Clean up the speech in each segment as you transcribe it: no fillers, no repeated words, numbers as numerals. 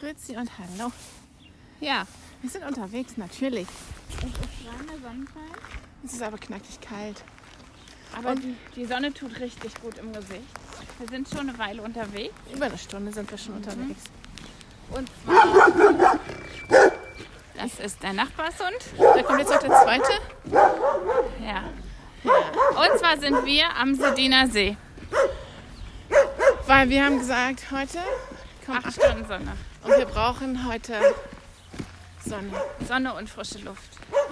Grüezi und hallo. Ja, Wir sind unterwegs, natürlich. es ist strahlender Sonnenschein, Es ist aber knackig kalt. aber Und? die Sonne tut richtig gut im Gesicht. Wir sind schon eine Weile unterwegs. Über eine Stunde sind wir schon unterwegs. Und zwar, das ist der Nachbarshund. Da kommt jetzt noch der zweite. Ja. Und zwar sind wir am Sediner See. Weil wir haben gesagt, heute kommt 8 Stunden Sonne. und wir brauchen heute Sonne. Sonne und frische Luft.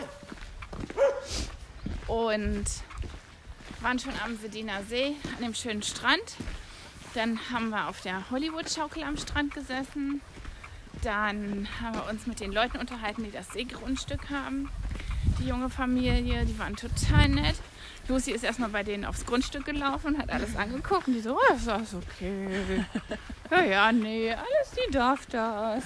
Und waren schon am Sediner See, an dem schönen Strand. Dann haben wir auf der Hollywood-Schaukel am Strand gesessen. Dann haben wir uns mit den Leuten unterhalten, die das Seegrundstück haben. Die junge Familie, die waren total nett. Lucy ist erstmal bei denen aufs Grundstück gelaufen und hat alles angeguckt. Und die so, oh, ist alles okay. Ja, nee, alles, die darf das.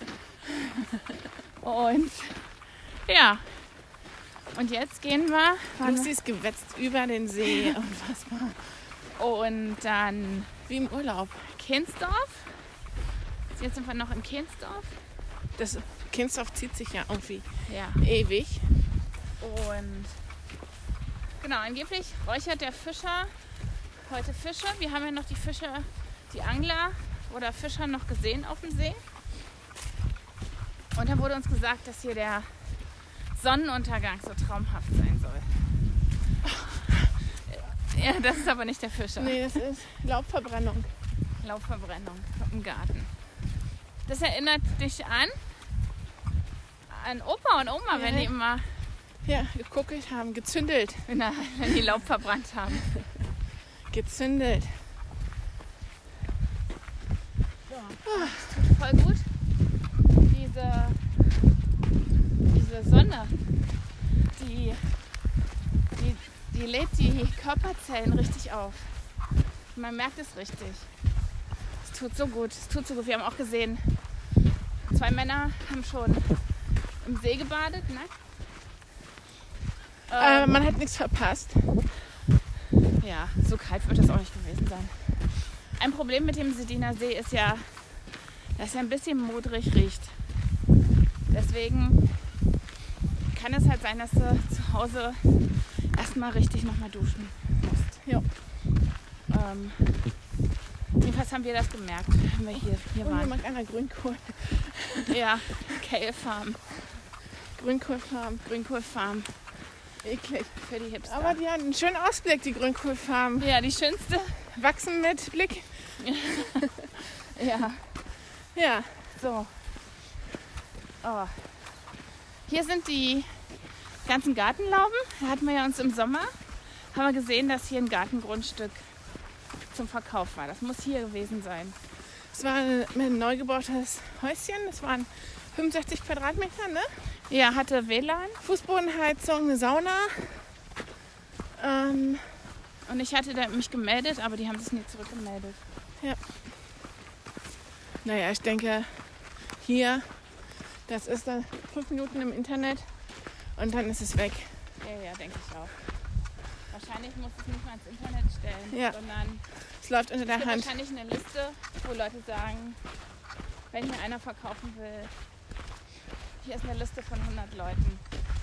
Und ja, und jetzt gehen wir. Lucy ist gewetzt über den See. Unfassbar. Und dann Wie im Urlaub. Kehnsdorf. Jetzt sind wir noch in Kehnsdorf. Das Kindsdorf zieht sich ja irgendwie Ja. ewig. Und genau, angeblich räuchert der Fischer heute Fische. Wir haben ja noch die Fischer, die Angler oder Fischer noch gesehen auf dem See. Und da wurde uns gesagt, dass hier der Sonnenuntergang so traumhaft sein soll. Ja, das ist aber nicht der Fischer. Nee, das ist Laubverbrennung. Laubverbrennung im Garten. Das erinnert dich an Opa und Oma, Ja. wenn die immer, Ja, geguckt haben, gezündelt. wenn die Laub verbrannt haben. Gezündelt. Es tut voll gut. Diese Sonne, die lädt die Körperzellen richtig auf. Man merkt es richtig. Es tut so gut, es tut so gut. Wir haben auch gesehen, 2 Männer haben schon im See gebadet, nackt. Man hat nichts verpasst. Ja, so kalt wird das auch nicht gewesen sein. Ein Problem mit dem Sediner See ist ja, dass er ein bisschen modrig riecht. Deswegen kann es halt sein, dass du zu Hause erstmal richtig nochmal duschen musst. Ja. Jedenfalls haben wir das gemerkt, wenn wir hier Und hier waren. macht einer Grünkohl. Ja, Kale Farm, Grünkohlfarm. Grünkohlfarm Eklig. für die Hipster. Aber die haben einen schönen Ausblick, die Grünkohlfarm. ja, die schönste. Wachsen mit Blick. Ja, Ja. so. Oh. Hier sind die ganzen Gartenlauben. Da hatten wir ja uns im Sommer, haben wir gesehen, dass hier ein Gartengrundstück zum Verkauf war. Das muss hier gewesen sein. Es war ein neu gebautes Häuschen. Es waren 65 Quadratmeter, ne? Ja, hatte WLAN Fußbodenheizung, eine Sauna. und ich hatte da mich gemeldet, aber die haben sich nie zurückgemeldet. Naja, ich denke, hier, das ist dann 5 Minuten im Internet und dann ist es weg. Ja, denke ich auch. Wahrscheinlich muss es nicht mal ins Internet stellen, Ja. sondern Es läuft unter es der gibt Hand. wahrscheinlich eine Liste, wo Leute sagen, wenn mir einer verkaufen will, hier ist eine Liste von 100 Leuten.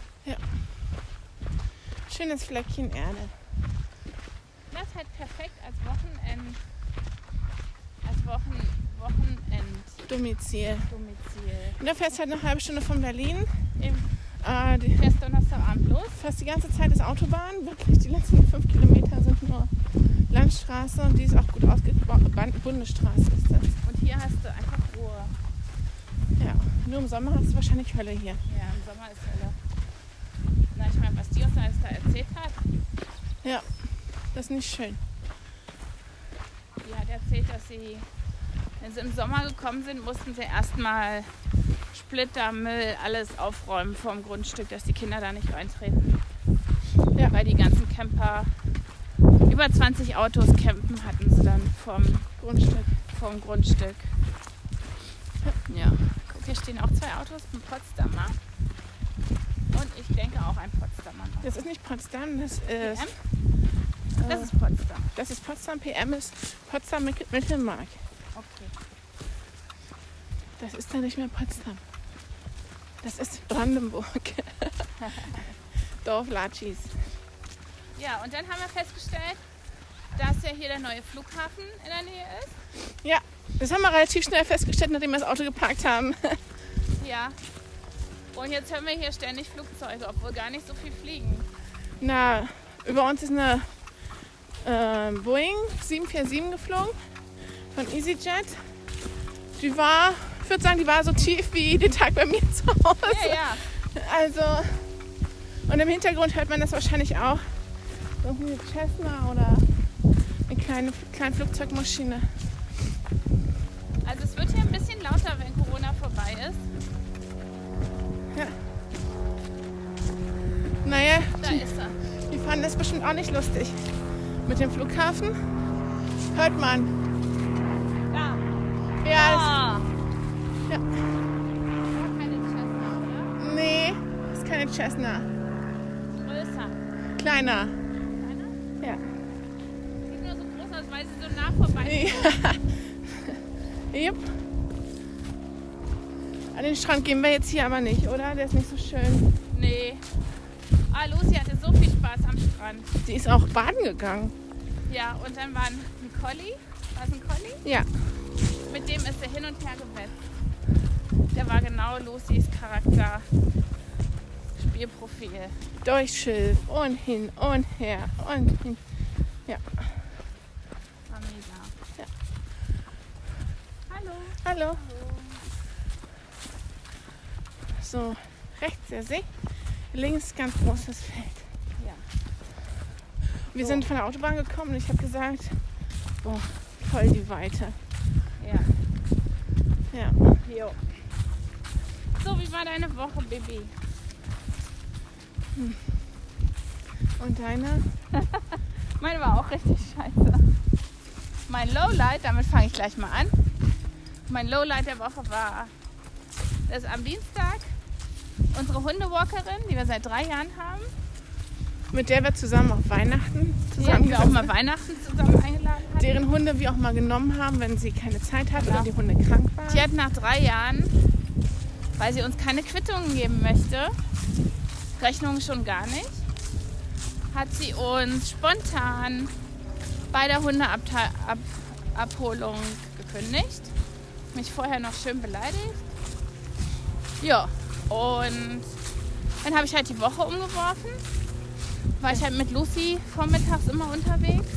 Schönes Fleckchen Erde. Das ist halt perfekt als Wochenenddomizil. Domizil. Und da fährst halt eine halbe Stunde von Berlin. Du fährst Donnerstagabend los. Fast die ganze Zeit ist Autobahn. Wirklich, die letzten 5 Kilometer sind nur Landstraße und die ist auch gut ausgebaut. Bundesstraße ist das. Und hier hast du einfach Ruhe. Ja, nur im Sommer ist es wahrscheinlich Hölle hier. Ja, im Sommer ist Hölle. Na, ich meine, was die uns alles da erzählt hat. Ja, das ist nicht schön. Die hat erzählt, dass sie, wenn sie im Sommer gekommen sind, mussten sie erstmal Splitter, Müll, alles aufräumen vom Grundstück, dass die Kinder da nicht reintreten. Ja. Weil die ganzen Camper, über 20 Autos campen hatten sie dann vom Grundstück. Ja, guck, hier stehen auch 2 Autos, ein Potsdamer. Und ich denke auch ein Potsdamer noch. Das ist nicht Potsdam, das ist, PM? Das ist Potsdam. das ist Potsdam. PM ist Potsdam Mittelmark. Okay. Das ist dann nicht mehr Potsdam. Das ist Brandenburg. Dorf Latschis. Ja, und dann haben wir festgestellt, dass ja hier der neue Flughafen in der Nähe ist. Ja, das haben wir relativ schnell festgestellt, nachdem wir das Auto geparkt haben. Ja. Und jetzt hören wir hier ständig Flugzeuge, obwohl gar nicht so viel fliegen. Na, über uns ist eine Boeing 747 geflogen von EasyJet. Die war, ich würde sagen, die war so tief wie den Tag bei mir zu Hause. Ja, ja. Also, und im Hintergrund hört man das wahrscheinlich auch. Irgendwie eine Cessna oder eine kleine Flugzeugmaschine. Also es wird hier ein bisschen lauter, wenn Corona vorbei ist. Ja. Naja, Da ist er. die fanden das bestimmt auch nicht lustig. Mit dem Flughafen hört man. Da. Ja, Ah. Ja. Aber keine Cessna, oder? nee, ist keine Cessna. Größer. Kleiner. Kleiner? Ja. Sieht nur so groß aus, weil sie so nah vorbei Ja. Jupp. An den Strand gehen wir jetzt hier aber nicht, oder? Der ist nicht so schön. Nee. Ah, Lucy hatte so viel Spaß am Strand. Die ist auch baden gegangen. Ja, und dann war ein Collie. War es ein Collie? Ja. Mit dem ist er hin und her gewetzt. Der war genau Lucys Charakter. Spielprofil. Durch Schilf und hin und her und hin. Ja. War mega. Ja. Hallo. Hallo. So, rechts der See, links ganz großes Feld. Ja. Wir So. sind von der Autobahn gekommen und ich habe gesagt, boah, voll die Weite. Ja. Ja. Jo. So, wie war deine Woche, Baby? Und deine? Meine war auch richtig scheiße. Mein Lowlight, damit fange ich gleich mal an. Mein Lowlight der Woche war, dass am Dienstag unsere Hundewalkerin, die wir seit 3 Jahren haben, Mit der wir zusammen auf Weihnachten die wir auch zusammen mal Weihnachten zusammen eingeladen hatten. deren Hunde wir auch mal genommen haben, wenn sie keine Zeit hat Ja. oder die Hunde krank waren. Die hat nach 3 Jahren, weil sie uns keine Quittungen geben möchte, Rechnungen schon gar nicht, hat sie uns spontan bei der Hundeabholung gekündigt. Mich vorher noch schön beleidigt. Ja, und dann habe ich halt die Woche umgeworfen. War ich halt mit Lucy vormittags immer unterwegs.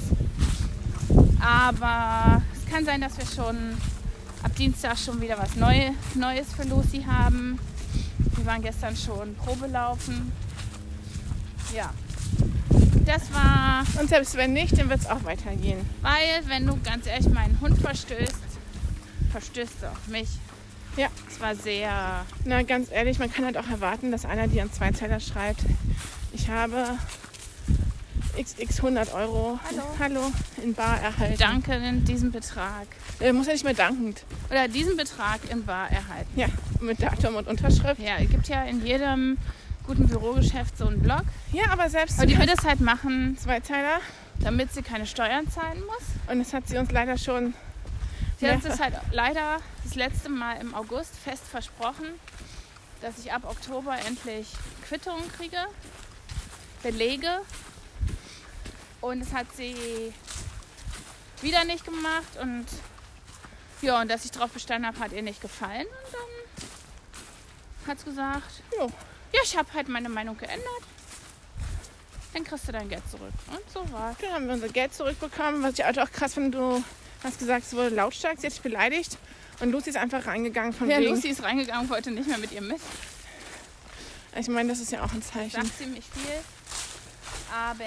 Aber es kann sein, dass wir schon ab Dienstag schon wieder was Neues für Lucy haben. Wir waren gestern schon Probelaufen. Ja, das war, Und selbst wenn nicht, dann wird es auch weitergehen. weil, wenn du ganz ehrlich meinen Hund verstößt du auf mich. Ja. Es war sehr, Na, ganz ehrlich, man kann halt auch erwarten, dass einer dir einen Zweizeiler schreibt. Ich habe XX 100 Euro Hallo. in bar erhalten. danke in diesem Betrag. Muss ja nicht mehr dankend. Oder diesen Betrag in bar erhalten. Ja, mit Datum und Unterschrift. Ja, es gibt ja in jedem guten Bürogeschäft so einen Blog. Ja, aber selbst Aber die wird es halt machen, Zweizeiler. damit sie keine Steuern zahlen muss. Und das hat sie uns leider schon. Sie hat mehrfach- es halt leider das letzte Mal im August fest versprochen, dass ich ab Oktober endlich Quittungen kriege, Belege. Und das hat sie wieder nicht gemacht. Und ja, und dass ich darauf bestanden habe, hat ihr nicht gefallen. Und dann hat sie gesagt, Jo. ja, ich habe halt meine Meinung geändert. Dann kriegst du dein Geld zurück. Und so war's. Dann haben wir unser Geld zurückbekommen, was ich halt auch krass finde. Du hast gesagt, es wurde lautstark, sie hat dich beleidigt. Und Lucy ist einfach reingegangen von Ja, wegen. Lucy ist reingegangen, wollte nicht mehr mit ihr mit. Ich meine, das ist ja auch ein Zeichen. Sagt ziemlich viel. Aber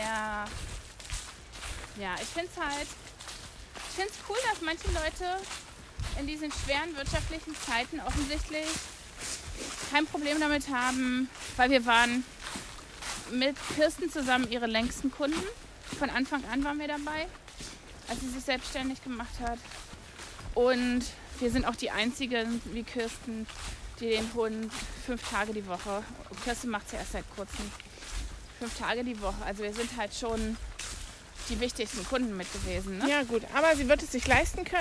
ja, ich finde es cool, dass manche Leute in diesen schweren wirtschaftlichen Zeiten offensichtlich kein Problem damit haben, weil wir waren mit Kirsten zusammen ihre längsten Kunden. Von Anfang an waren wir dabei, als sie sich selbstständig gemacht hat. Und wir sind auch die einzigen wie Kirsten, die den Hund 5 Tage die Woche, Kirsten macht es ja erst seit kurzem, 5 Tage die Woche. Also wir sind halt schon die wichtigsten Kunden mit gewesen. Ne? Ja gut, aber sie wird es sich leisten können.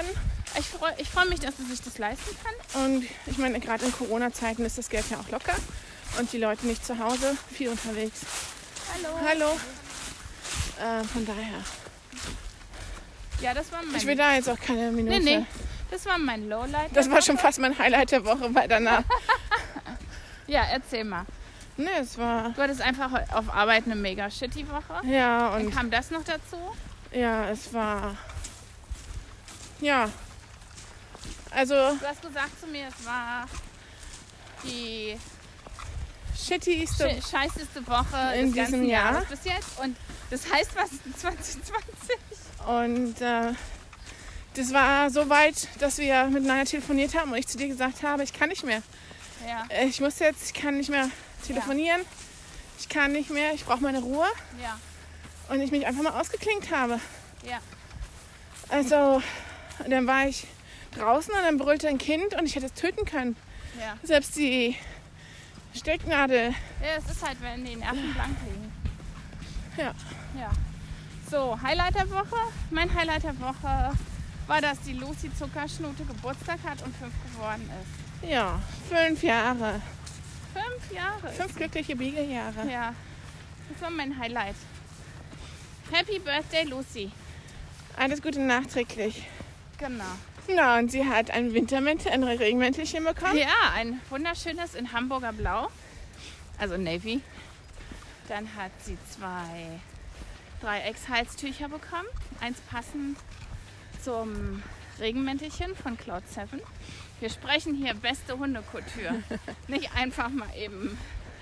Ich freu mich, dass du sich das leisten kann. Und ich meine, gerade in Corona-Zeiten ist das Geld ja auch locker. Und die Leute nicht zu Hause, viel unterwegs. Hallo. Von daher. Ja, das war mein... Ich will da jetzt auch keine Minute. Nee. Das war mein Lowlight. Das war schon fast mein Highlight der Woche, weil danach... Ja, erzähl mal. Nee, es war... Du hattest einfach auf Arbeit eine mega shitty Woche. Ja, und... Dann kam das noch dazu? Ja, es war... Ja. Also... Du hast gesagt zu mir, es war die shittyste scheißeste Woche in des ganzen diesem Jahr. Jahres bis jetzt. Und das heißt was in 2020? Und das war so weit, dass wir miteinander telefoniert haben und ich zu dir gesagt habe, ich kann nicht mehr. Ja. Ich kann nicht mehr telefonieren. Ja. Ich kann nicht mehr, ich brauche meine Ruhe. Ja. Und ich mich einfach mal ausgeklinkt habe. Ja. Also, dann war ich draußen und dann brüllte ein Kind und ich hätte es töten können. Ja. Selbst die Stecknadel. Ja, es ist halt, wenn die Nerven blank liegen. Ja. Ja. So, Highlight der Woche. Mein Highlight der Woche war, dass die Lucy Zuckerschnute Geburtstag hat und 5 geworden ist. Ja, 5 Jahre. 5 Jahre. 5 glückliche Biegejahre. Ja, das war mein Highlight. Happy Birthday, Lucy. Alles Gute nachträglich. Genau. Na, und sie hat ein Regenmäntelchen bekommen. Ja, ein wunderschönes in Hamburger Blau, also Navy. Dann hat sie 2 Dreieckshalstücher bekommen. Eins passend zum Regenmäntelchen von Cloud 7. Wir sprechen hier beste Hundekouture. Nicht einfach mal eben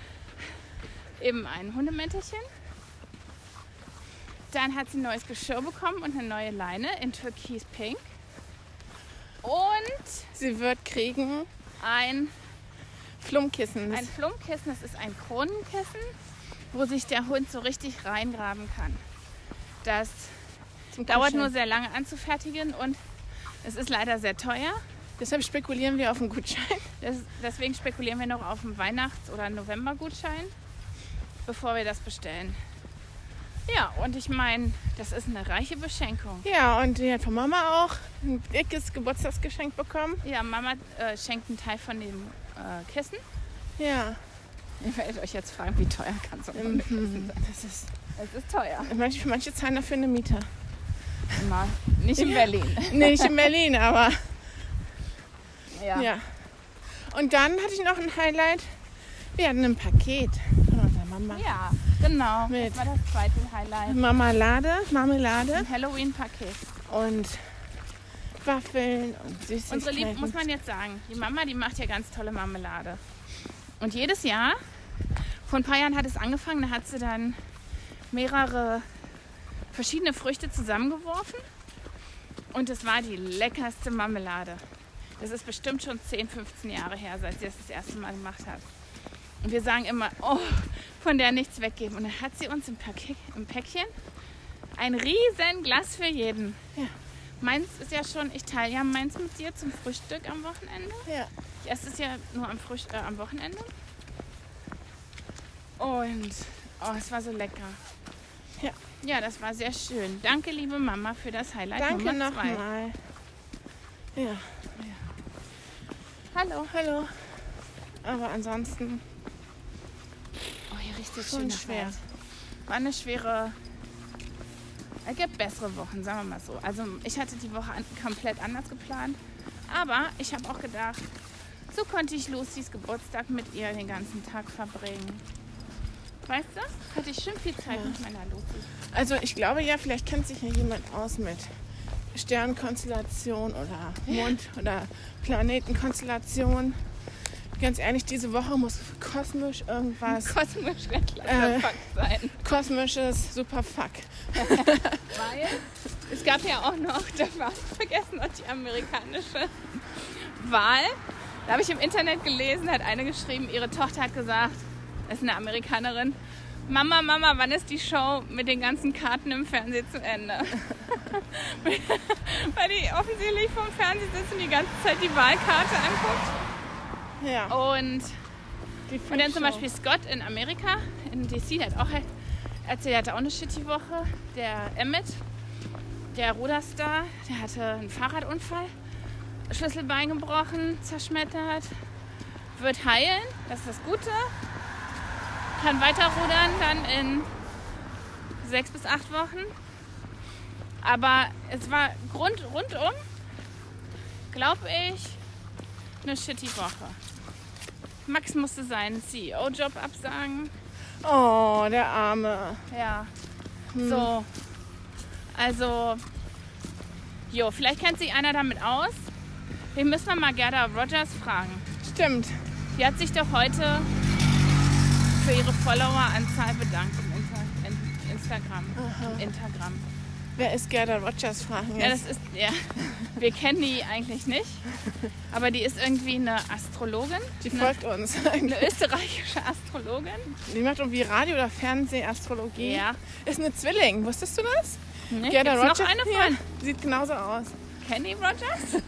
ein Hundemäntelchen. Dann hat sie ein neues Geschirr bekommen und eine neue Leine in Türkis Pink. Und sie wird kriegen ein Flummkissen. Ein Flummkissen, das ist ein Kronenkissen, wo sich der Hund so richtig reingraben kann. Das dauert nur sehr lange anzufertigen und es ist leider sehr teuer. Deshalb spekulieren wir auf einen Gutschein. Deswegen spekulieren wir noch auf einen Weihnachts- oder November-Gutschein, bevor wir das bestellen. Ja, und ich meine, das ist eine reiche Beschenkung. Ja, und die hat von Mama auch ein dickes Geburtstagsgeschenk bekommen. Ja, Mama schenkt einen Teil von dem Kissen. Ja. Ihr werdet euch jetzt fragen, wie teuer kann so ein Kissen sein. Es ist teuer. Manche zahlen dafür eine Miete. Immer. Nicht in Berlin. Nicht in Berlin, aber... Ja. Und dann hatte ich noch ein Highlight. Wir hatten ein Paket von unserer Mama. Ja, genau. Das war das zweite Highlight. Marmelade. Ein Halloween-Paket. Und Waffeln und Süßigkeiten. Unsere Liebe, muss man jetzt sagen, die Mama, die macht ja ganz tolle Marmelade. Und jedes Jahr, vor ein paar Jahren hat es angefangen, da hat sie dann mehrere verschiedene Früchte zusammengeworfen. Und es war die leckerste Marmelade. Das ist bestimmt schon 10, 15 Jahre her, seit sie das erste Mal gemacht hat. Und wir sagen immer, oh, von der nichts weggeben. Und dann hat sie uns im Päckchen ein riesen Glas für jeden. Ja. Meins ist ja schon, ich teile ja meins mit dir zum Frühstück am Wochenende. Ja. Ich esse es ja nur am Wochenende. Und es war so lecker. Ja. Ja, das war sehr schön. Danke, liebe Mama, für das Highlight Danke Nummer 2. nochmal. Ja. Hallo. Aber ansonsten... Oh, hier riecht es schon schön schwer. Wald. War eine schwere... Es gibt bessere Wochen, sagen wir mal so. Also ich hatte die Woche komplett anders geplant. Aber ich habe auch gedacht, so konnte ich Lucys Geburtstag mit ihr den ganzen Tag verbringen. Weißt du? Hatte ich schön viel Zeit mit meiner Lucy. Also ich glaube ja, vielleicht kennt sich ja jemand aus mit Sternkonstellation oder Mond- oder Planetenkonstellation. Ganz ehrlich, diese Woche muss kosmisch irgendwas... Kosmisch Fakt sein. Kosmisches Superfuck. Weil es gab ja auch noch, das war vergessen, noch die amerikanische Wahl. Da habe ich im Internet gelesen, hat eine geschrieben, ihre Tochter hat gesagt, das ist eine Amerikanerin, Mama, wann ist die Show mit den ganzen Karten im Fernsehen zu Ende? Weil die offensichtlich vom Fernsehen sitzt und die ganze Zeit die Wahlkarte anguckt. Ja. Und dann zum Beispiel Scott in Amerika, in DC, der hat auch erzählt, er hatte auch eine shitty Woche. Der Emmett, der Ruderstar, der hatte einen Fahrradunfall Schlüsselbein gebrochen, zerschmettert. Wird heilen, das ist das Gute. Kann weiter rudern dann in 6 bis 8 Wochen. Aber es war rundum, glaube ich, eine shitty Woche. Max musste seinen CEO-Job absagen. Oh, der Arme. Ja. So. Also, vielleicht kennt sich einer damit aus. Wir müssen mal Gerda Rogers fragen. Stimmt. Die hat sich doch heute für ihre Followeranzahl bedankt im Instagram. Wer ist Gerda Rogers? Fragen Ja, jetzt. das ist, wir kennen die eigentlich nicht, aber die ist irgendwie eine Astrologin. Die folgt uns. Eine österreichische Astrologin. Die macht irgendwie Radio- oder Fernsehastrologie. Ja. Ist eine Zwilling, wusstest du das? Ne? Gerda Gibt's Rogers. noch eine Ja, von sieht genauso aus. Kenny Rogers.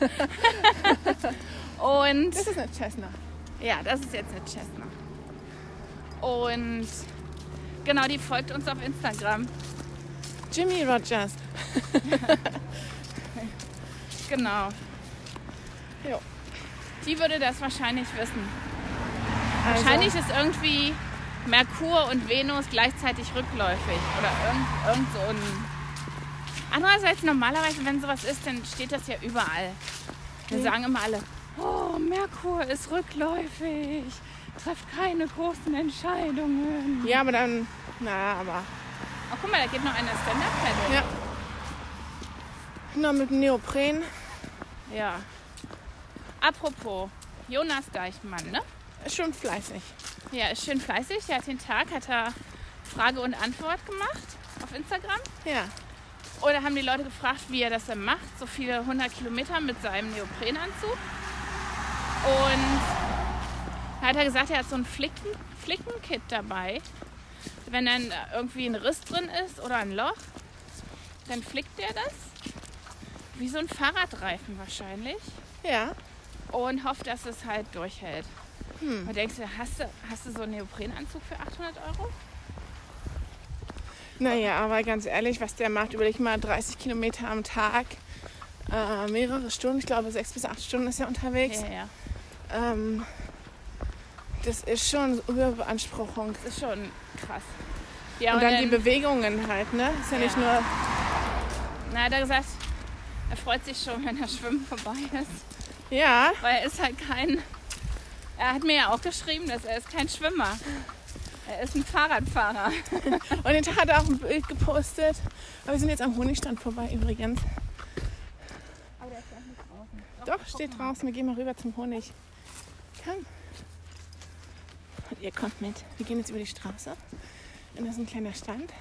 Und Das ist eine Cessna. ja, das ist jetzt eine Cessna. Und genau, die folgt uns auf Instagram. Jimmy Rogers. Genau. Jo. Die würde das wahrscheinlich wissen. Also, Wahrscheinlich ist irgendwie Merkur und Venus gleichzeitig rückläufig. Oder irgend so ein... Andererseits, normalerweise, wenn sowas ist, dann steht das ja überall. Wir sagen immer alle, oh, Merkur ist rückläufig. Treff keine großen Entscheidungen. Ja, aber dann... aber... Oh, guck mal, da geht noch eine Stand-Up-Paddle. Ja. Nur mit Neopren. Ja. Apropos, Jonas Deichmann, ne? Ist schon fleißig. Ja, ist schön fleißig. Der hat den Tag, hat er Frage und Antwort gemacht auf Instagram. Ja. Oder haben die Leute gefragt, wie er das denn macht, so viele 100 Kilometer mit seinem Neoprenanzug. Und da hat er gesagt, er hat so ein Flickenkit dabei. Wenn dann irgendwie ein Riss drin ist oder ein Loch, dann flickt er das. Wie so ein Fahrradreifen wahrscheinlich. Ja. Und hofft, dass es halt durchhält. Und denkst du, hast du so einen Neoprenanzug für 800 €? Naja, aber ganz ehrlich, was der macht, überleg mal 30 Kilometer am Tag, mehrere Stunden, ich glaube 6 bis 8 Stunden ist er unterwegs. Ja. Das ist schon Überbeanspruchung. Das ist schon krass. Ja, Und dann die Bewegungen halt, ne? Ist ja nicht nur... Na, hat er gesagt, er freut sich schon, wenn das Schwimmen vorbei ist. Ja, Weil er ist halt er hat mir ja auch geschrieben, dass er ist kein Schwimmer. Er ist ein Fahrradfahrer. und den Tag hat er auch ein Bild gepostet. Aber wir sind jetzt am Honigstand vorbei übrigens. Aber der ist ja nicht draußen. Doch, steht draußen. Wir gehen mal rüber zum Honig. Komm. Und ihr kommt mit. Wir gehen jetzt über die Straße. Und das ist ein kleiner Stand.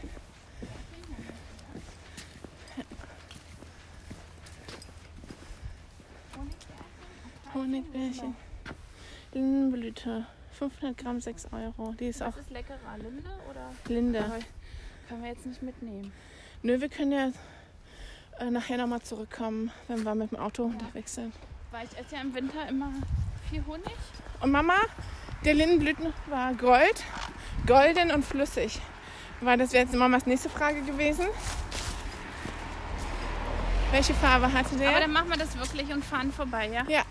Honigbärchen. Lindenblüte. 500 Gramm, 6 €. Die ist auch Das ist leckerer Linde oder? Linde. Aber können wir jetzt nicht mitnehmen. Nö, wir können ja nachher nochmal zurückkommen, wenn wir mit dem Auto unterwegs sind. Weil ich esse ja im Winter immer viel Honig. Und Mama, der Lindenblüten war golden und flüssig. Weil das wäre jetzt Mamas nächste Frage gewesen. Welche Farbe hatte der? Aber dann machen wir das wirklich und fahren vorbei, ja? Ja.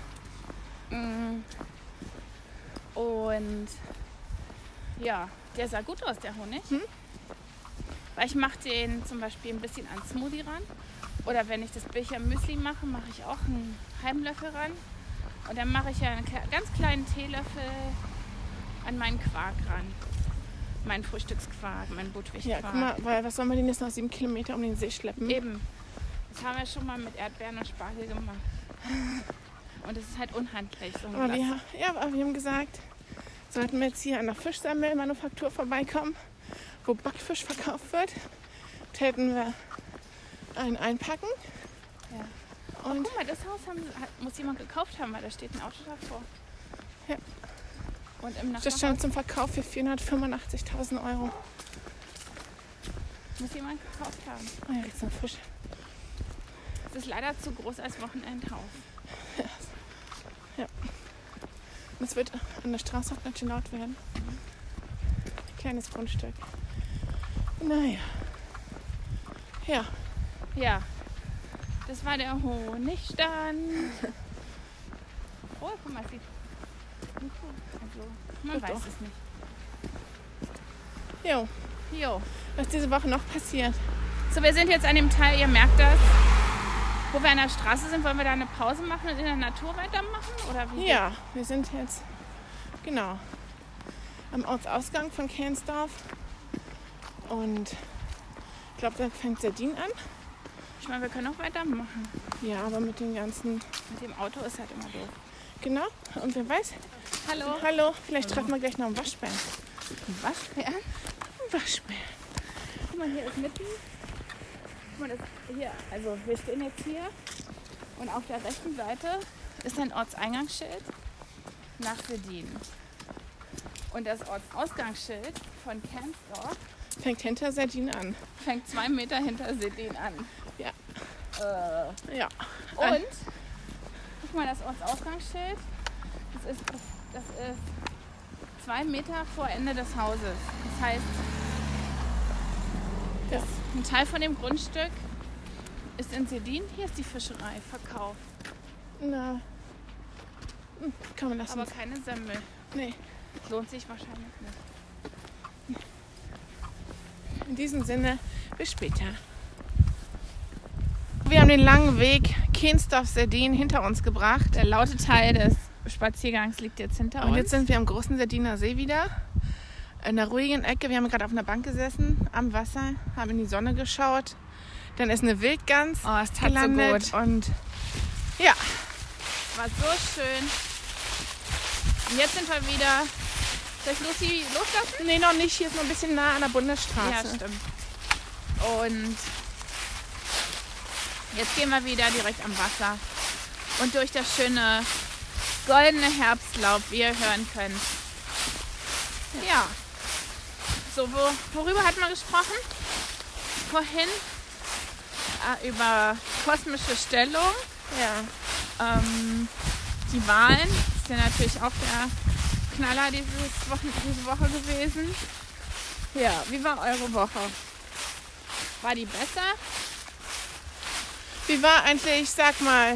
Und ja, der sah gut aus, der Honig. Weil ich mache den zum Beispiel ein bisschen an Smoothie ran. Oder wenn ich das Becher Müsli mache, mache ich auch einen halben Löffel ran. Und dann mache ich ja einen ganz kleinen Teelöffel an meinen Quark ran. Meinen Frühstücksquark, meinen Budwig-Quark. Ja, guck mal, weil was soll man denn jetzt noch 7 Kilometer um den See schleppen? Eben. Das haben wir schon mal mit Erdbeeren und Spargel gemacht. Und das ist halt unhandlich. So ein Aber Glas. wir haben gesagt, sollten wir jetzt hier an der Fischsammelmanufaktur vorbeikommen, wo Backfisch verkauft wird, täten wir einen einpacken. Ja. Und Guck mal, das Haus muss jemand gekauft haben, weil da steht ein Auto davor. Ja. Und im das Nachbarhaus stand zum Verkauf für 485.000 €. muss jemand gekauft haben. Oh ja, jetzt noch Fisch. Es ist leider zu groß als Wochenendhaus. Ja. Und es wird an der Straße auch ganz schön laut werden. Kleines Grundstück. Naja. Ja. Ja, das war der Honigstand. obwohl, guck mal, es sieht nicht so, also man Doch, weiß doch. es nicht. Jo, Jo. was diese Woche noch passiert. So, wir sind jetzt an dem Teil, ihr merkt das, wo wir an der Straße sind. Wollen wir da eine Pause machen und in der Natur weitermachen? Oder wie? Ja, wir sind jetzt genau am Ortsausgang von Kehnsdorf. Und ich glaube, da fängt Sardin an. Ich meine, wir können auch weitermachen. Ja, aber mit den ganzen... Mit dem Auto ist halt immer doof. Genau. Und wer weiß, Hallo. hallo, vielleicht treffen wir gleich noch einen Waschbär. Waschbär? Ein Waschbär. Guck mal, hier ist mitten. Guck mal, das hier, also wir stehen jetzt hier und auf der rechten Seite ist ein Ortseingangsschild nach Sedin. Und das Ortsausgangsschild von Kehnsdorf Fängt hinter Sardin an. fängt 2 Meter hinter Sedin an. Ja. Ja. Und, guck mal, das Ortsausgangsschild, das ist 2 Meter vor Ende des Hauses. Das heißt, Ja. ein Teil von dem Grundstück ist in Sedin. Hier ist die Fischerei verkauft. Na. Kann man lassen. Aber keine Semmel. Nee. Lohnt sich wahrscheinlich nicht. In diesem Sinne, bis später. Wir haben den langen Weg Kehnsdorf-Sardin hinter uns gebracht. Der laute Teil des Spaziergangs liegt jetzt hinter Und uns. jetzt sind wir am großen Sardiner See wieder. In der ruhigen Ecke. Wir haben gerade auf einer Bank gesessen, am Wasser, haben in die Sonne geschaut. Dann ist eine Wildgans Oh, es tat so gelandet. gut. Und ja, War so schön. Und jetzt sind wir wieder. Soll ich Lucy loslassen? nee, noch nicht. Hier ist noch ein bisschen nah an der Bundesstraße. Ja, stimmt. Und jetzt gehen wir wieder direkt am Wasser und durch das schöne goldene Herbstlaub, wie ihr hören könnt. Ja. So, worüber hat man gesprochen? Vorhin über kosmische Stellung. Ja. Die Wahlen, das ist ja natürlich auch der Knaller diese Woche gewesen. Ja, wie war eure Woche? War die besser? Wie war eigentlich, sag mal,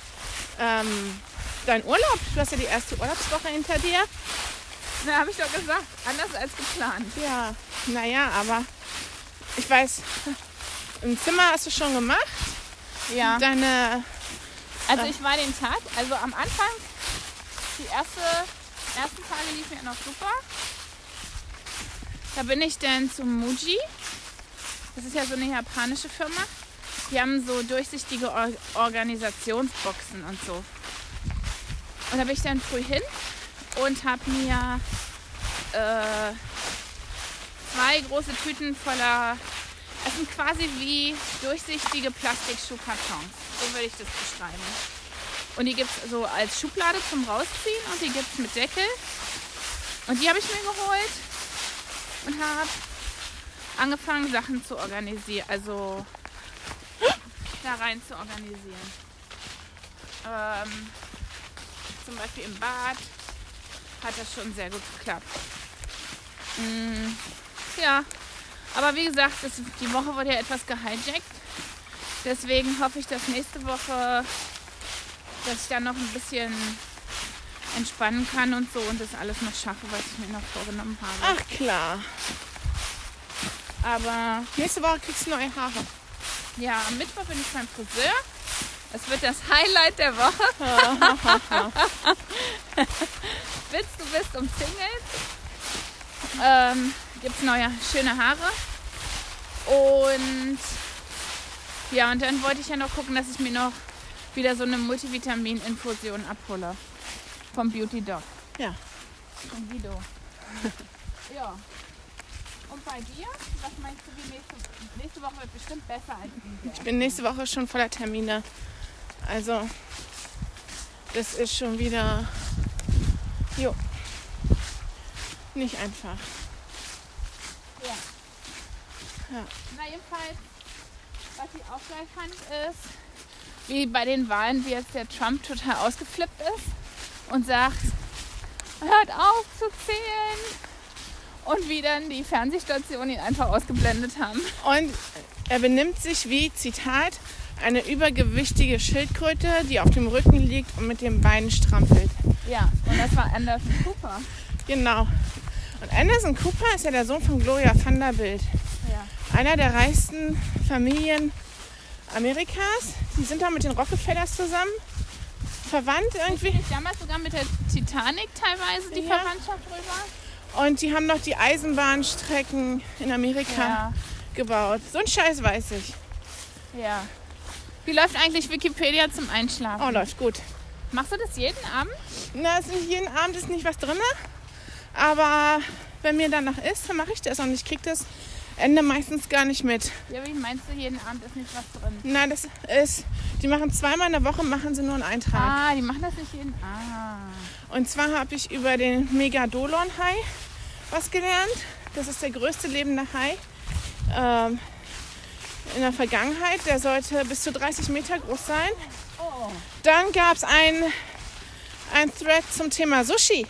dein Urlaub? Du hast ja die erste Urlaubswoche hinter dir. Na, habe ich doch gesagt. Anders als geplant. Ja, naja, aber ich weiß, im Zimmer hast du schon gemacht. Ja. Deine, Also ich war den Tag, also am Anfang, die ersten Tage liefen ja noch super. Da bin ich dann zum Muji. Das ist ja so eine japanische Firma. Die haben so durchsichtige Organisationsboxen und so. Und da bin ich dann früh hin und habe mir 2 große Tüten voller, es sind quasi wie durchsichtige Plastikschuhkartons. So würde ich das beschreiben. Und die gibt es so als Schublade zum Rausziehen und die gibt es mit Deckel. Und die habe ich mir geholt und habe angefangen, Sachen zu organisieren, also da rein zu organisieren. Zum Beispiel im Bad hat das schon sehr gut geklappt. Ja, aber wie gesagt, die Woche wurde ja etwas gehijackt. Deswegen hoffe ich, dass nächste Woche, dass ich dann noch ein bisschen entspannen kann und so und das alles noch schaffe, was ich mir noch vorgenommen habe. ach klar. Aber Nächste Woche kriegst du neue Haare. ja, am Mittwoch bin ich beim Friseur. Es wird das Highlight der Woche. Du bist umzingelt. Gibt's neue schöne Haare. Und ja, und dann wollte ich ja noch gucken, dass ich mir noch wieder so eine Multivitamin-Infusion abhole. Vom Beauty Doc. Ja. Von Guido. Ja. Und bei dir? Was meinst du, wie nächste Woche wird bestimmt besser als diese? Ich bin nächste Woche schon voller Termine. Also, das ist schon wieder nicht einfach. Ja. Ja. Na jedenfalls, was ich auch geil fand, ist, wie bei den Wahlen, wie jetzt der Trump total ausgeflippt ist und sagt, hört auf zu zählen. Und wie dann die Fernsehstationen ihn einfach ausgeblendet haben. Und er benimmt sich wie, Zitat, eine übergewichtige Schildkröte, die auf dem Rücken liegt und mit den Beinen strampelt. Ja, und das war Anderson Cooper. Genau. Und Anderson Cooper ist ja der Sohn von Gloria Vanderbilt. Ja. Einer der reichsten Familien Amerikas. Die sind da mit den Rockefellers zusammen. Verwandt irgendwie. Ich damals sogar mit der Titanic teilweise die Ja. Verwandtschaft rüber. Und die haben noch die Eisenbahnstrecken in Amerika Ja. gebaut. So ein Scheiß weiß ich. Ja. Wie läuft eigentlich Wikipedia zum Einschlafen? Oh, läuft gut. Machst du das jeden Abend? Na, jeden Abend ist nicht was drin. Aber wenn mir danach ist, dann mache ich das. Und ich kriege das Ende meistens gar nicht mit. Ja, wie meinst du, jeden Abend ist nicht was drin? Nein, das ist, die machen zweimal in der Woche, machen sie nur einen Eintrag. Ah, die machen das nicht jeden Und zwar habe ich über den Megalodon-Hai was gelernt. Das ist der größte lebende Hai in der Vergangenheit. Der sollte bis zu 30 Meter groß sein. Oh. Dann gab es ein Thread zum Thema Sushi.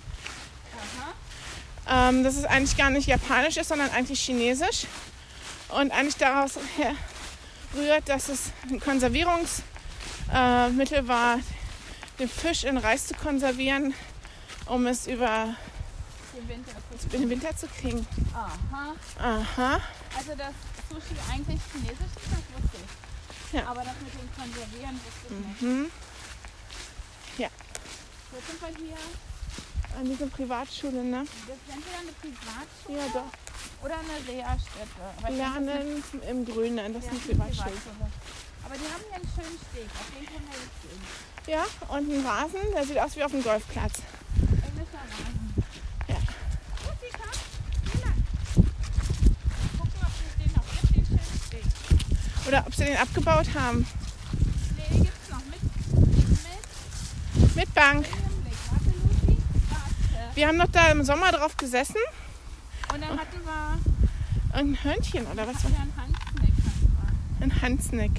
Das ist eigentlich gar nicht japanisch ist, sondern eigentlich chinesisch. Und eigentlich daraus rührt, dass es ein Konservierungsmittel war, den Fisch in Reis zu konservieren, um es über den Winter zu kriegen. Aha. Aha. Also dass Sushi eigentlich chinesisch ist, das wusste ich. Ja. Aber das mit dem Konservieren wusste ich nicht. Mhm. Ja. Jetzt sind wir hier. An dieser Privatschule, ne? Das ist entweder eine Privatschule Ja, doch. oder eine Reha-Stätte. Aber Lernen im Grünen, das ist eine Privatschule. Aber die haben hier einen schönen Steg, auf den können wir jetzt gehen. Ja, und ein Rasen, der sieht aus wie auf dem Golfplatz. Englischer Rasen. Ja. Jessica, hier lang. Mal gucken, ob es den noch gibt, den schönen Steg. Oder ob sie den abgebaut haben. Nee, gibt's noch mit Mit Bank. Blick. Warte, Lucy. Warte. Wir haben noch da im Sommer drauf gesessen. Und dann hatten wir Ein Hörnchen oder was? ja einen Handsnack. Ein Hansnick.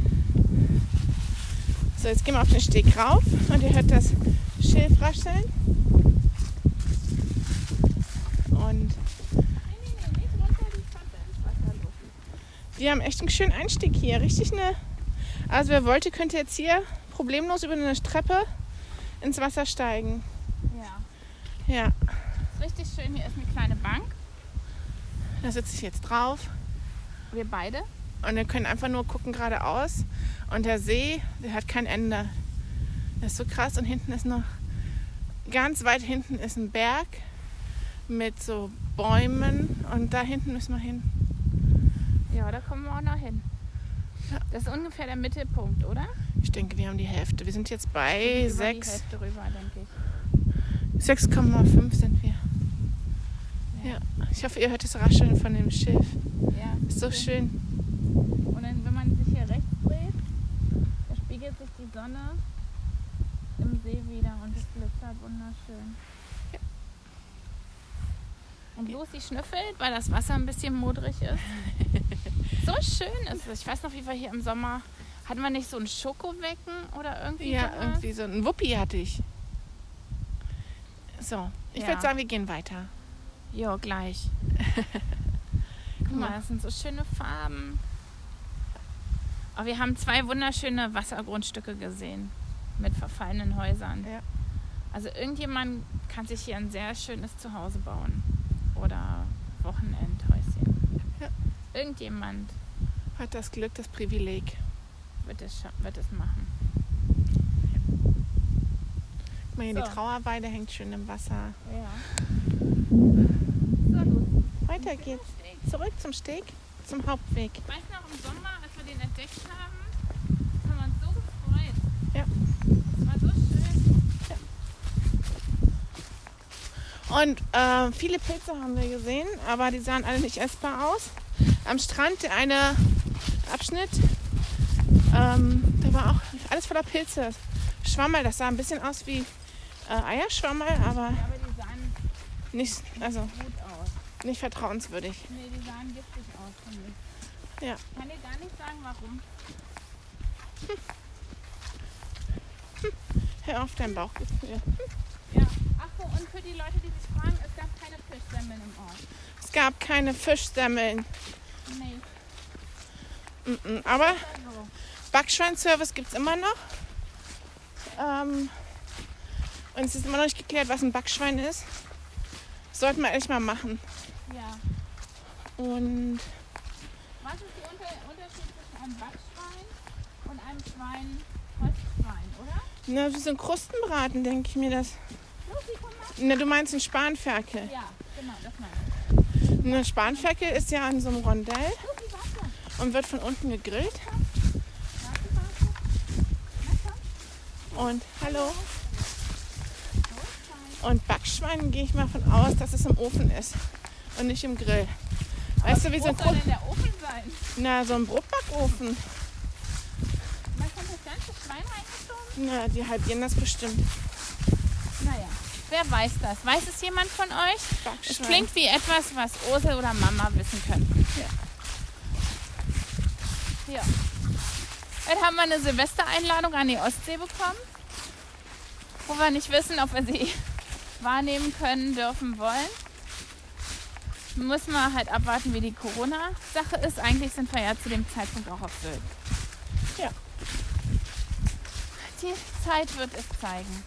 So, jetzt gehen wir auf den Steg rauf und ihr hört das Schilf rascheln. Und Nee, nicht runter die Pfanne ins Wasser, Lucy. die haben echt einen schönen Einstieg hier. Richtig eine. Also wer wollte, könnte jetzt hier problemlos über eine Treppe ins Wasser steigen. Ja. Ja, Ist richtig schön. Hier ist eine kleine Bank. da sitze ich jetzt drauf. Wir beide. Und wir können einfach nur gucken geradeaus. Und der See, der hat kein Ende. Das ist so krass. Und hinten ist noch, ganz weit hinten ist ein Berg mit so Bäumen. Und da hinten müssen wir hin. Ja, da kommen wir auch noch hin. Ja. Das ist ungefähr der Mittelpunkt, oder? Ich denke, wir haben die Hälfte. Wir sind jetzt bei Über die 6, Hälfte rüber, denke ich. 6,5 sind wir. Ja. Ich hoffe, ihr hört das Rascheln von dem Schiff. Ja, Ist so schön. Und dann, wenn man sich hier rechts dreht, da spiegelt sich die Sonne im See wieder und es glitzert wunderschön. Ja. Und Lucy schnüffelt, weil das Wasser ein bisschen modrig ist. So schön ist es. Ich weiß noch, wie wir hier im Sommer, hatten wir nicht so ein Schokowecken oder irgendwie Ja, sowas? irgendwie so ein Wuppi hatte ich. So, ich Ja. würde sagen, wir gehen weiter. Jo, gleich. Guck mal, das sind so schöne Farben. Aber wir haben 2 wunderschöne Wassergrundstücke gesehen mit verfallenen Häusern. Ja. Also irgendjemand kann sich hier ein sehr schönes Zuhause bauen. Oder Wochenendhäuschen. Ja. Irgendjemand Hat das Glück, das Privileg. wird es machen. Guck mal hier, So. die Trauerweide hängt schön im Wasser. Ja. So, Lucy. Weiter geht's. Zurück zum Steg, zum Hauptweg. Ich weiß noch, im Sommer, als wir den entdeckt haben, haben wir uns so gefreut. Ja. Es war so schön. Und viele Pilze haben wir gesehen, aber die sahen alle nicht essbar aus. Am Strand der eine Abschnitt, da war auch alles voller Pilze. Schwammerl, das sah ein bisschen aus wie Eierschwammerl, aber Ja, aber die sahen nicht, also gut aus. nicht vertrauenswürdig. Nee, die sahen giftig aus, finde ich. Ja. Ich kann dir gar nicht sagen, warum. Hör auf dein Bauchgefühl. Ja. Ach so, und für die Leute, die sich fragen, es gab keine Fischsemmeln im Ort. Es gab keine Fischsemmeln. Nee. Aber Also, Backschweinservice gibt es immer noch. Und es ist immer noch nicht geklärt, was ein Backschwein ist. Das sollten wir echt mal machen. Ja. Und Was ist der Unterschied zwischen einem Backschwein und einem Röstschwein, oder? na, wie so ein Krustenbraten, denke ich mir das. Lucy, komm mal. Na, du meinst einen Spanferkel. Ja, genau, das meine ich. Ein Spanferkel ist ja an so einem Rondell Lucy, warte. und wird von unten gegrillt. Warte. Na komm. Und hallo. Röstschwein. Und Backschwein gehe ich mal von aus, dass es im Ofen ist und nicht im Grill. Weißt du, wie so ein Wo soll denn der Ofen sein? so ein Brotbackofen. Da kommt das ganze Schwein reingeschoben? Na, die halbieren das bestimmt. Naja, wer weiß das? Weiß es jemand von euch? Es Backschwein. klingt wie etwas, was Ursel oder Mama wissen können. Ja. Dann haben wir eine Silvestereinladung an die Ostsee bekommen, wo wir nicht wissen, ob wir sie wahrnehmen können, dürfen, wollen. Müssen wir halt abwarten, wie die Corona-Sache ist. Eigentlich sind wir ja zu dem Zeitpunkt auch auf Sylt. Ja. Die Zeit wird es zeigen.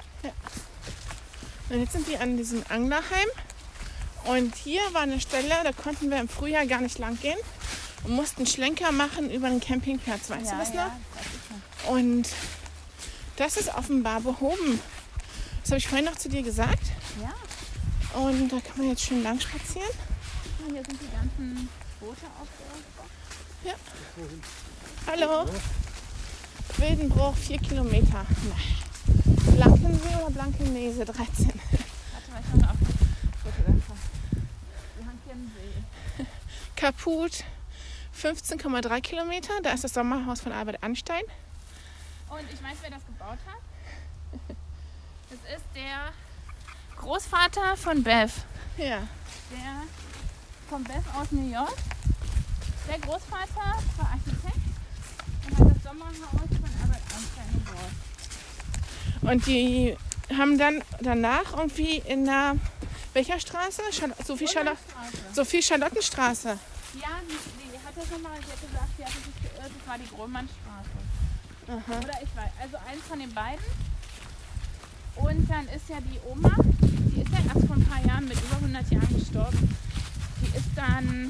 Und jetzt sind wir an diesem Anglerheim. Und hier war eine Stelle, da konnten wir im Frühjahr gar nicht lang gehen und mussten Schlenker machen über den Campingplatz. Weißt du das noch? Ja, das ist noch. Und das ist offenbar behoben. Das habe ich vorhin noch zu dir gesagt. Ja, Und da kann man jetzt schön lang spazieren. hier sind die ganzen Boote aufgebaut. Hallo. Wildenbruch, 4 Kilometer. Na. Blankensee oder Blankenese, 13. Warte mal, ich mache mal auf das Foto davon. Wir haben hier einen See. Kaput, 15,3 Kilometer. Da ist das Sommerhaus von Albert Einstein. Und ich weiß, wer das gebaut hat. Das ist der Großvater von Bev. Ja. Der von Bev aus New York. Der Großvater war Architekt und hat das Sommerhaus von Albert Einstein gebaut. Und die haben dann danach irgendwie in der, welcher Straße? Sophie Charlottenstraße. Ja, die hat das nochmal, sie hat gesagt, sie hatte sich geirrt, das war die Grollmannstraße. Aha. Oder ich weiß, also eins von den beiden. Und dann ist ja die Oma, die ist ja erst vor ein paar Jahren mit über 100 Jahren gestorben. Die ist dann,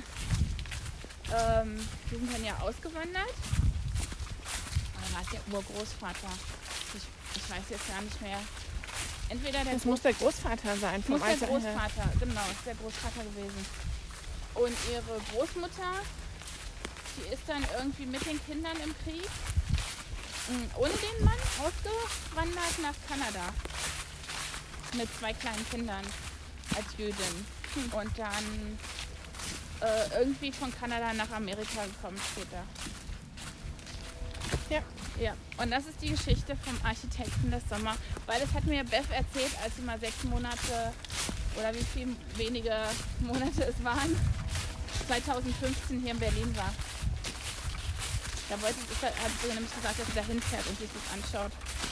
die sind dann ja ausgewandert. Oder war es der Urgroßvater? Ich weiß jetzt gar nicht mehr. Entweder der Das muss der Großvater sein. Vom muss der Alter her. Großvater, genau, ist der Großvater gewesen. Und ihre Großmutter, die ist dann irgendwie mit den Kindern im Krieg ohne den Mann ausgewandert nach Kanada. Mit 2 kleinen Kindern als Jüdin. Und dann irgendwie von Kanada nach Amerika gekommen später. Ja. Ja, und das ist die Geschichte vom Architekten des Sommer. Weil das hat mir Bev erzählt, als sie mal 6 Monate oder wie viel wenige Monate es waren, 2015 hier in Berlin war. Da hat sie nämlich gesagt, dass sie da hinfährt und sich das anschaut.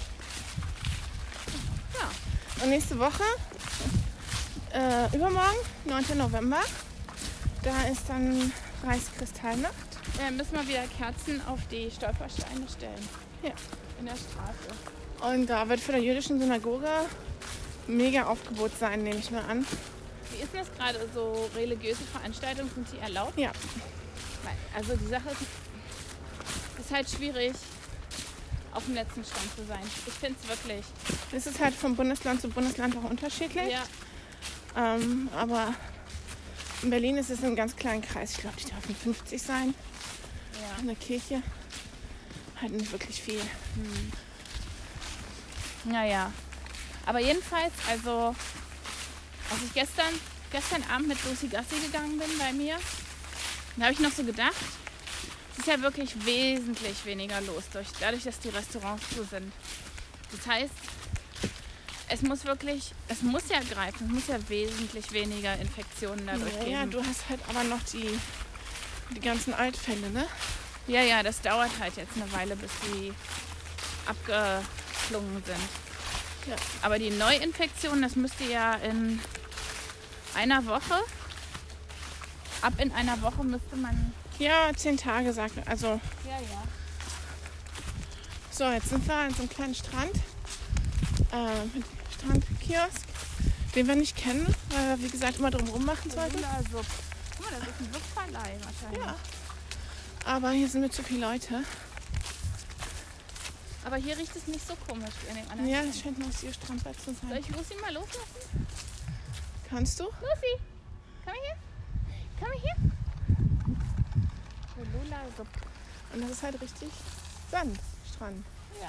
Ja. Und nächste Woche, übermorgen, 9. November, da ist dann Reichskristallnacht. Müssen wir wieder Kerzen auf die Stolpersteine stellen. Ja. In der Straße. Und da wird für der jüdischen Synagoge mega Aufgebot sein, nehme ich mal an. Wie ist denn das gerade? So religiöse Veranstaltungen, sind die erlaubt? Ja. Also die Sache ist halt schwierig, auf dem letzten Stand zu sein. Ich finde es wirklich. Es ist halt von Bundesland zu Bundesland auch unterschiedlich. Ja. Aber in Berlin ist es ein ganz kleiner Kreis. Ich glaube, die dürfen 50 sein. Ja. In der Kirche halt nicht wirklich viel. Naja. Aber jedenfalls, also als ich gestern Abend mit Lucy Gassi gegangen bin bei mir, da habe ich noch so gedacht, es ist ja wirklich wesentlich weniger los, dadurch, dass die Restaurants zu sind. Das heißt, es muss ja greifen, es muss ja wesentlich weniger Infektionen dadurch geben. Ja, du hast halt aber noch die ganzen Altfälle, ne? Ja, das dauert halt jetzt eine Weile, bis die abgeklungen sind. Ja. Aber die Neuinfektion, das müsste ja in einer Woche, ab in einer Woche müsste man... Ja, 10 Tage sagt man. Also Ja. So, jetzt sind wir an so einem kleinen Strand. Mit Strandkiosk, den wir nicht kennen, weil wir, wie gesagt, immer drum machen sollten. Guck mal, das ist ein Subverleih wahrscheinlich. Ja. Aber hier sind mir zu viele Leute. Aber hier riecht es nicht so komisch wie an dem anderen. Ja, das scheint ein lustiger Strandbad zu Soll sein. ich Lucy mal loslassen? Kannst du? Lucy, komm her. Komm her. Lula Sub. Und das ist halt richtig Sandstrand. Ja.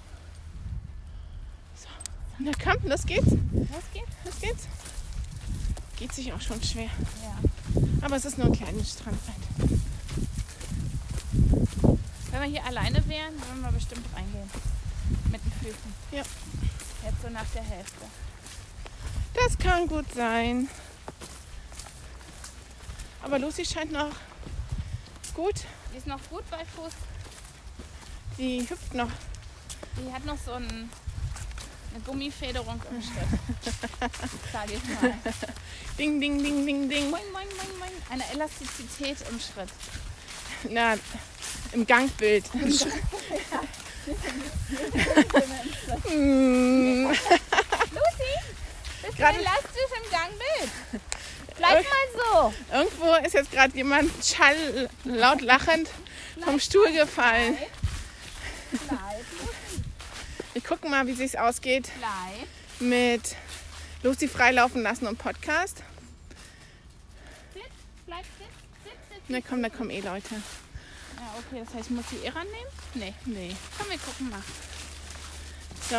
Na komm, los geht's. Was geht? Los geht's. Geht sich auch schon schwer. Ja. Aber es ist nur ein kleines Strandbad. Wenn wir hier alleine wären, würden wir bestimmt reingehen. Mit den Füßen. Ja. Jetzt so nach der Hälfte. Das kann gut sein. Aber Lucy scheint noch gut. Die ist noch gut bei Fuß. Die hüpft noch. Die hat noch so eine Gummifederung im Schritt. Sag ich mal. Ding, ding, ding, ding, ding. Moin, moin, moin, moin. Eine Elastizität im Schritt. Na, im Gangbild. Ja. Mm. Lucy, bist Gerade- du elastisch im Gangbild? Bleib mal so. Irgendwo ist jetzt gerade jemand laut lachend vom Stuhl gefallen. Bleib, Wir gucken mal, wie es sich ausgeht bleib. mit Lucy freilaufen lassen und Podcast. Sitz, bleib, sitz. Na komm, da kommen eh Leute. Ja, okay, das heißt, muss ich eh rannehmen? Nee. Nee. Komm, wir gucken mal. So.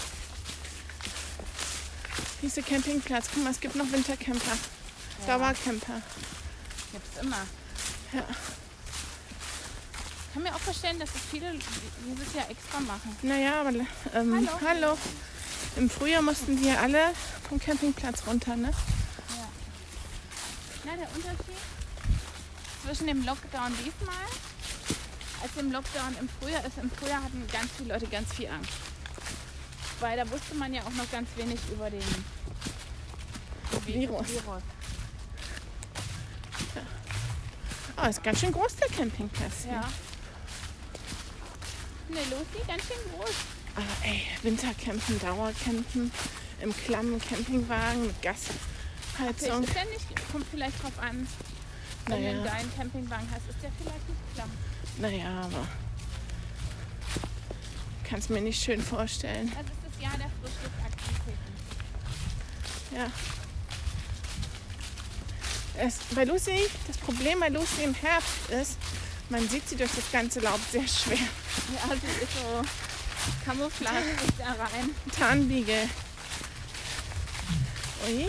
Hier ist der Campingplatz. Guck mal, es gibt noch Wintercamper. Dauercamper. Gibt's immer. Ja. Ich kann mir auch vorstellen, dass es viele dieses Jahr extra machen. Naja, aber hallo. Im Frühjahr mussten die ja alle vom Campingplatz runter, ne? Ja. Na, der Unterschied zwischen dem Lockdown diesmal als dem Lockdown im Frühjahr ist, im Frühjahr hatten ganz viele Leute ganz viel Angst. Weil da wusste man ja auch noch ganz wenig über den Virus. Oh, ist ganz schön groß, der Campingplatz. hier. Ja. Ne, Lucy, ganz schön groß. Aber ey, Wintercampen, Dauercampen, im klammen Campingwagen mit Gasheizung. Ist ja nicht, kommt vielleicht drauf an, wenn du Naja, deinen Campingwagen hast, ist der vielleicht nicht klamm. naja, aber kann's mir nicht schön vorstellen. Das ist das Jahr der Frühstücksaktivitäten. Ja. Bei Lucy, das Problem bei Lucy im Herbst ist, man sieht sie durch das ganze Laub sehr schwer. Ja, sie ist so Camouflage ist da rein. Tarnbiegel. Ui.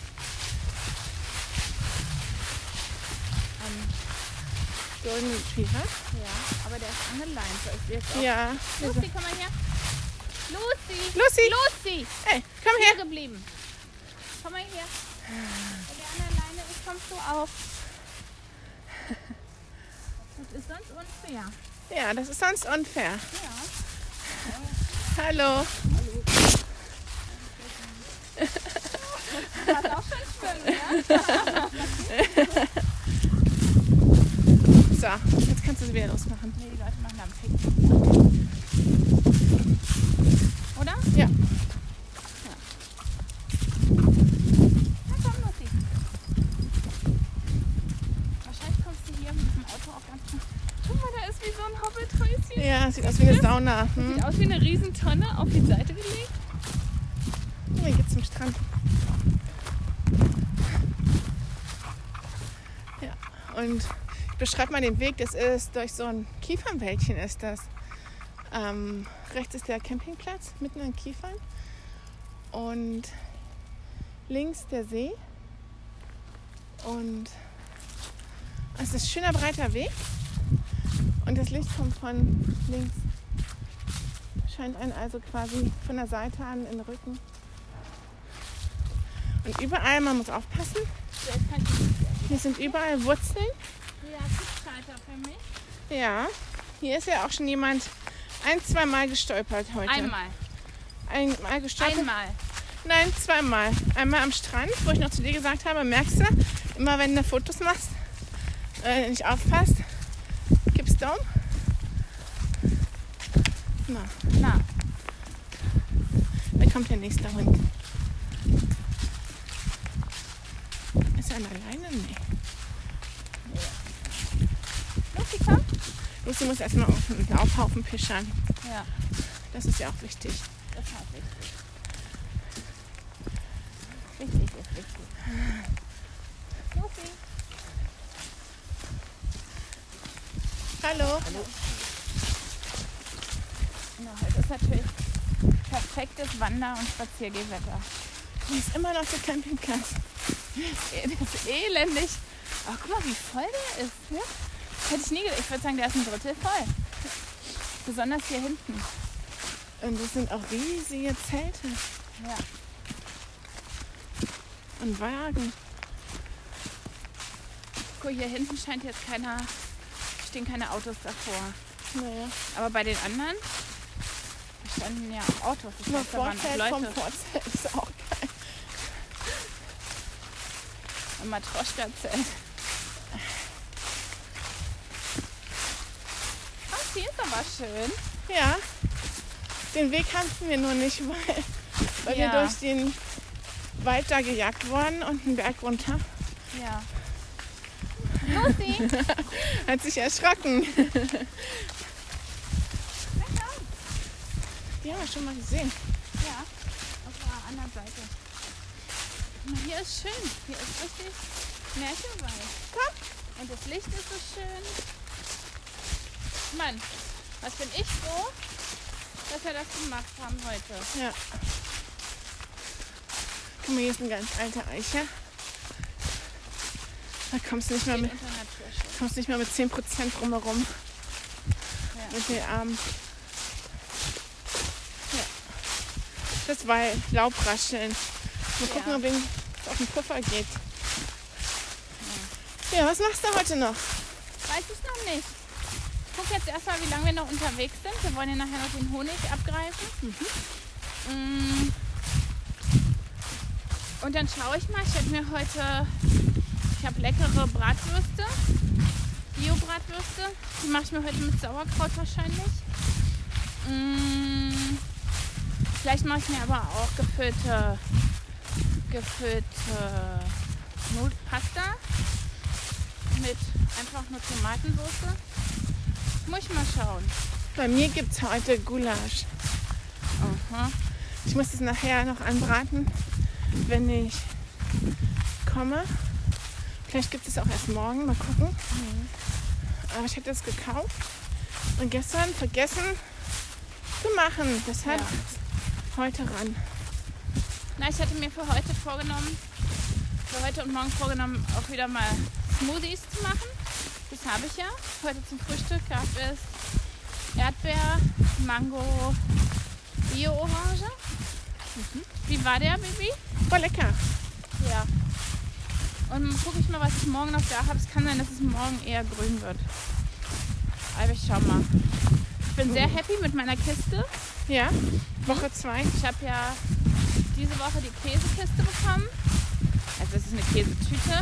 Golden Retriever. Ja, aber der ist angeleint. So ist jetzt auch. Ja. Lucy, komm mal her. Lucy! Lucy! Lucy! Hey, komm Hier her. geblieben. Komm mal her. Wenn der an der Leine ist, kommst du auf. Das ist sonst unfair. Ja, das ist sonst unfair. Ja. Hallo. Du warst auch schon schwimmen, ja? So, jetzt kannst du sie wieder losmachen. Nee, die Leute machen da einen Pick. Oder? Ja. Na komm, Lucy. Wahrscheinlich kommst du hier mit dem Auto auch ganz gut. Guck mal, da ist wie so ein Hobbithäuschen. Ja, sieht aus wie eine Sauna. Sieht aus wie eine Riesentonne auf die Seite gelegt. Oh, hier geht's zum Strand. Ja, und ich beschreibe mal den Weg. Das ist durch so ein Kiefernwäldchen ist das. Rechts ist der Campingplatz, mitten in Kiefern. Und links der See. Und es ist ein schöner breiter Weg. Und das Licht kommt von links. Scheint einen also quasi von der Seite an in den Rücken. Und überall, man muss aufpassen, hier sind überall Wurzeln. Ja, Sitzschalter für mich. Ja, hier ist ja auch schon jemand 1-2 Mal gestolpert heute. Einmal. Einmal gestolpert? Einmal. Nein, 2 Mal. Einmal am Strand, wo ich noch zu dir gesagt habe, merkst du, immer wenn du Fotos machst, nicht aufpasst, gibst Daumen. Na, Da kommt der nächste Hund. Ist er alleine? Nee. Lucy, komm. Lucy muss erstmal auf den Laubhaufen pischern. Ja, Das ist ja auch wichtig. das war wichtig. Wichtig ist wichtig. Lucy. Hallo. Na, heute ist natürlich perfektes Wander- und Spaziergehwetter. Hier ist immer noch der Campingplatz. Das ist elendig. Oh, guck mal, wie voll der ist. Ja? Das hätte ich nie gedacht. Ich würde sagen, der ist ein Drittel voll. Besonders hier hinten. Und das sind auch riesige Zelte Ja. und Wagen. Guck, hier hinten scheint jetzt stehen keine Autos davor. Naja. Aber bei den anderen standen ja auch Autos. Das Mal heißt, da waren auch Vorzelt vom Leute. Vorzelt ist auch geil. Ein Matroschka-Zelt. Ach, hier ist aber schön. Ja. Den Weg kannten wir nur nicht, weil Ja. wir durch den Wald da gejagt wurden und einen Berg runter. Ja. Lucy! Hat sich erschrocken. Die haben wir schon mal gesehen. Ja, auf der anderen Seite. Guck mal, hier ist schön. Hier ist richtig Märchenwald. Komm. Und das Licht ist so schön. Mann, was bin ich froh, dass wir das gemacht haben heute. Ja. Guck mal, hier ist eine ganz alte Eiche. Da kommst du nicht mehr Steht mit, unter Naturschutz. kommst nicht mehr mit 10% drumherum Ja. mit den Armen. Ja. Das war Laubrascheln. Mal gucken, Ja. ob es auf den Puffer geht. Ja, was machst du heute noch? Weiß ich noch nicht. Guck jetzt erstmal, wie lange wir noch unterwegs sind. Wir wollen ja nachher noch den Honig abgreifen. Mm. Und dann schaue ich mal. Ich habe leckere Bratwürste. Bio-Bratwürste. Die mache ich mir heute mit Sauerkraut wahrscheinlich. Vielleicht mache ich mir aber auch gefüllte Pasta mit einfach nur Tomatensauce. Muss ich mal schauen. Bei mir gibt es heute Gulasch. Aha. Ich muss es nachher noch anbraten, wenn ich komme. Vielleicht gibt es auch erst morgen, mal gucken. Aber ich hätte es gekauft und gestern vergessen zu machen. Deshalb Ja. heute ran. Na, ich hatte mir für heute und morgen vorgenommen, auch wieder mal Smoothies zu machen. Das habe ich ja. Heute zum Frühstück gab es Erdbeer, Mango, Bio-Orange. Wie war der, Baby? Voll lecker. Ja. Und gucke ich mal, was ich morgen noch da habe. Es kann sein, dass es morgen eher grün wird. Aber ich schau mal. Ich bin sehr happy mit meiner Kiste. Ja, Woche 2. Ich habe ja diese Woche die Käsekiste bekommen. Also es ist eine Käsetüte.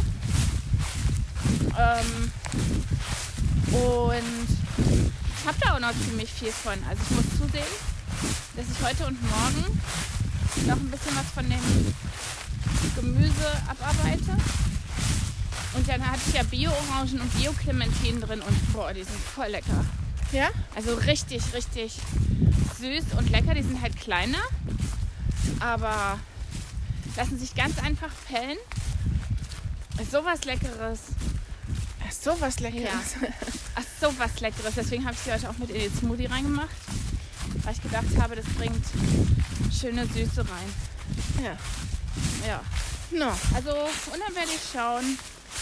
Und ich habe da auch noch ziemlich viel von. Also ich muss zusehen, dass ich heute und morgen noch ein bisschen was von dem Gemüse abarbeite. Und dann hatte ich ja Bio-Orangen und Bio-Clementinen drin und boah, die sind voll lecker. Ja? Also richtig, richtig süß und lecker. Die sind halt kleiner, aber lassen sich ganz einfach pellen. Ist sowas Leckeres. Ach, so was Leckeres. Ach, sowas Leckeres. Deswegen habe ich sie heute auch mit in den Smoothie reingemacht. Weil ich gedacht habe, das bringt schöne Süße rein. Ja. Ja. No. Also, und dann werde ich schauen.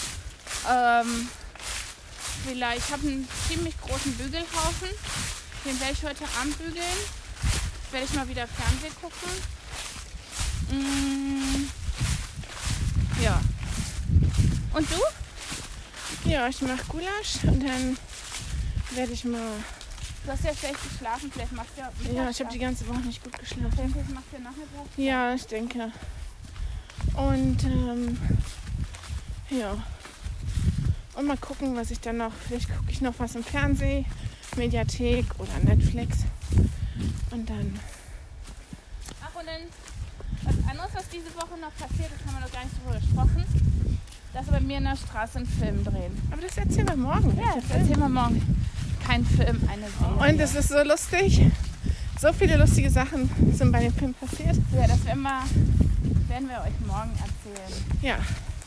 Vielleicht, ich habe einen ziemlich großen Bügelhaufen. Den werde ich heute Abend bügeln. Werde ich mal wieder Fernsehen gucken. Ja. Und du? Ja, ich mache Gulasch und dann werde ich mal... Du hast ja schlecht geschlafen. Vielleicht machst du ja Ja, ich habe die ganze Woche nicht gut geschlafen. Vielleicht machst du ja Nachmittag. Ja, ich denke. Und ja. Und mal gucken, was ich dann noch. Vielleicht gucke ich noch was im Fernsehen, Mediathek oder Netflix. Und dann... Ach, und dann was anderes, was diese Woche noch passiert ist, haben wir noch gar nicht drüber gesprochen, dass wir bei mir in der Straße einen Film drehen. Aber das erzählen wir morgen. Ja, das erzählen wir morgen. Kein Film, eine Serie. Und es ist so lustig. So viele lustige Sachen sind bei dem Film passiert. Ja, das werden wir euch morgen erzählen. Ja.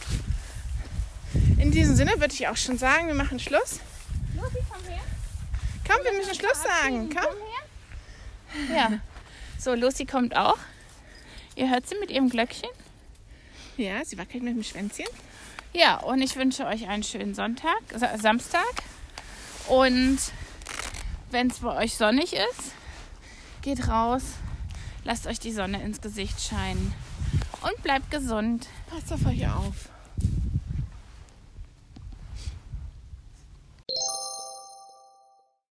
In diesem Sinne würde ich auch schon sagen, wir machen Schluss. Lucy, komm her. Komm, wir müssen Schluss sagen. Komm. Komm her. Ja. So, Lucy kommt auch. Ihr hört sie mit ihrem Glöckchen. Ja, sie wackelt mit dem Schwänzchen. Ja, und ich wünsche euch einen schönen Samstag. Und wenn es bei euch sonnig ist, geht raus, lasst euch die Sonne ins Gesicht scheinen und bleibt gesund. Passt auf euch auf.